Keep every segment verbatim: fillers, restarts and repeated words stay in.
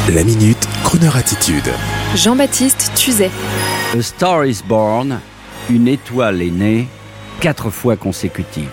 La Minute, Crooner Attitude. Jean-Baptiste Tuzet. A Star is Born, une étoile est née, quatre fois consécutive.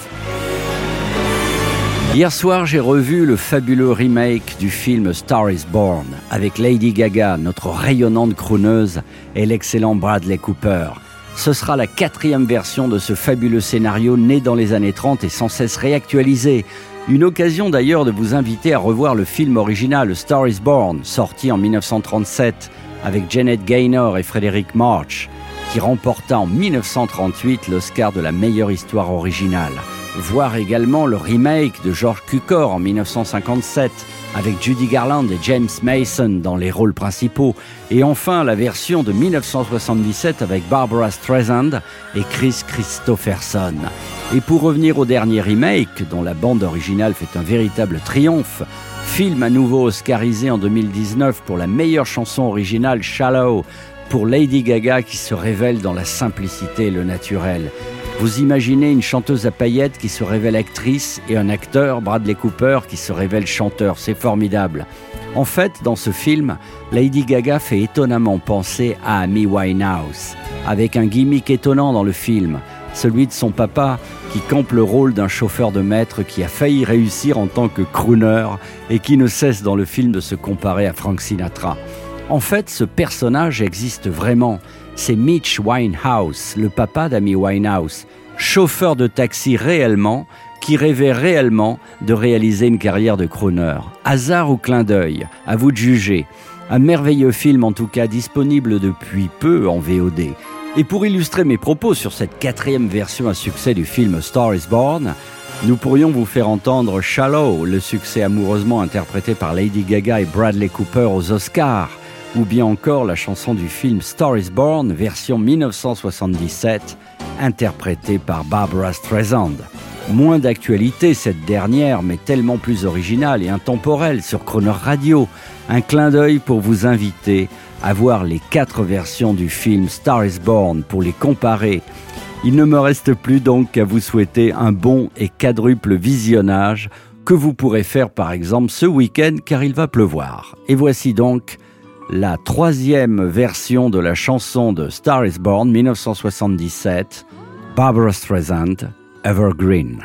Hier soir, j'ai revu le fabuleux remake du film Star is Born, avec Lady Gaga, notre rayonnante crooneuse, et l'excellent Bradley Cooper. Ce sera la quatrième version de ce fabuleux scénario né dans les années trente et sans cesse réactualisé. Une occasion d'ailleurs de vous inviter à revoir le film original A Star is Born, sorti en dix-neuf cent trente-sept avec Janet Gaynor et Frederick March, qui remporta en dix-neuf cent trente-huit l'Oscar de la meilleure histoire originale. Voir également le remake de George Cukor en dix-neuf cent cinquante-sept avec Judy Garland et James Mason dans les rôles principaux. Et enfin la version de dix-neuf cent soixante-dix-sept avec Barbara Streisand et Chris Christopherson. Et pour revenir au dernier remake, dont la bande originale fait un véritable triomphe, film à nouveau oscarisé en deux mille dix-neuf pour la meilleure chanson originale Shallow, pour Lady Gaga qui se révèle dans la simplicité et le naturel. Vous imaginez une chanteuse à paillettes qui se révèle actrice et un acteur, Bradley Cooper, qui se révèle chanteur. C'est formidable. En fait, dans ce film, Lady Gaga fait étonnamment penser à Amy Winehouse, avec un gimmick étonnant dans le film, celui de son papa qui campe le rôle d'un chauffeur de maître qui a failli réussir en tant que crooner et qui ne cesse dans le film de se comparer à Frank Sinatra. En fait, ce personnage existe vraiment. C'est Mitch Winehouse, le papa d'Amy Winehouse, chauffeur de taxi réellement, qui rêvait réellement de réaliser une carrière de crooner. Hasard ou clin d'œil, à vous de juger. Un merveilleux film en tout cas, disponible depuis peu en V O D. Et pour illustrer mes propos sur cette quatrième version à succès du film A Star is Born, nous pourrions vous faire entendre Shallow, le succès amoureusement interprété par Lady Gaga et Bradley Cooper aux Oscars, ou bien encore la chanson du film Star is Born, version dix-neuf cent soixante-dix-sept, interprétée par Barbara Streisand. Moins d'actualité cette dernière, mais tellement plus originale et intemporelle sur Crooner Radio. Un clin d'œil pour vous inviter à voir les quatre versions du film Star is Born pour les comparer. Il ne me reste plus donc qu'à vous souhaiter un bon et quadruple visionnage que vous pourrez faire par exemple ce week-end car il va pleuvoir. Et voici donc la troisième version de la chanson de Star is Born, dix-neuf cent soixante-dix-sept, Barbara Streisand, Evergreen.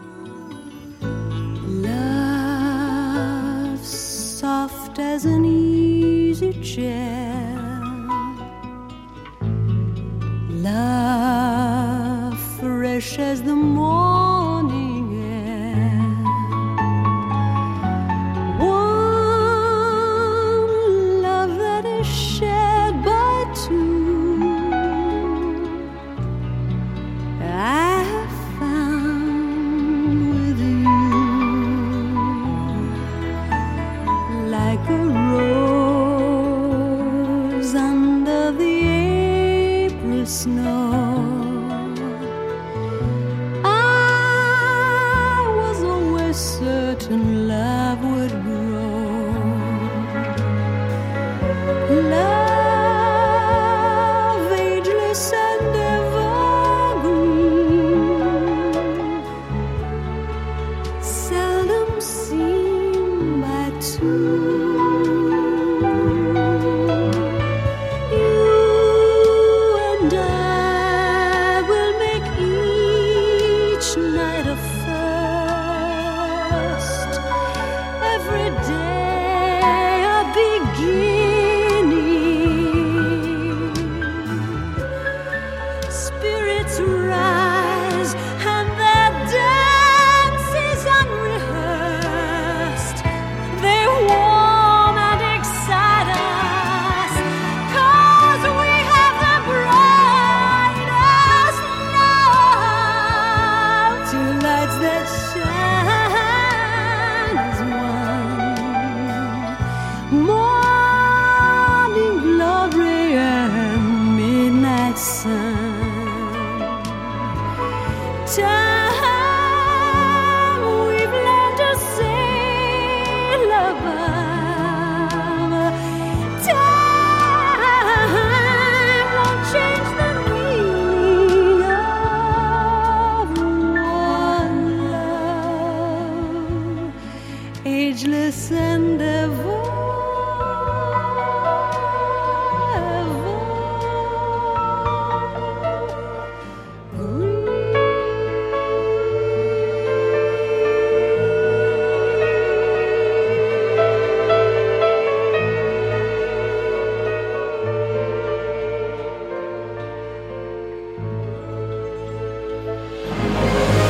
Love soft as an easy chair, love fresh as the morning air, one love that is shared by two. I have found with you, like a rose under the April snow. I was always certain love would grow. Love ageless and evergreen, seldom seen by two. Every day a beginning. Spirits rise and their dance is unrehearsed. They warm and excite us, 'cause we have the brightest love. Two lights that shine as one, morning glory and midnight sun. Time we've learned to sail above. Time won't change the meaning of one love, ageless and ever.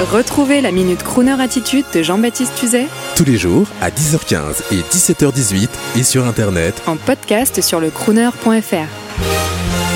Retrouvez la Minute Crooner Attitude de Jean-Baptiste Tuzet Tous les jours à dix heures quinze et dix-sept heures dix-huit et sur Internet. en podcast sur le crooner point f r.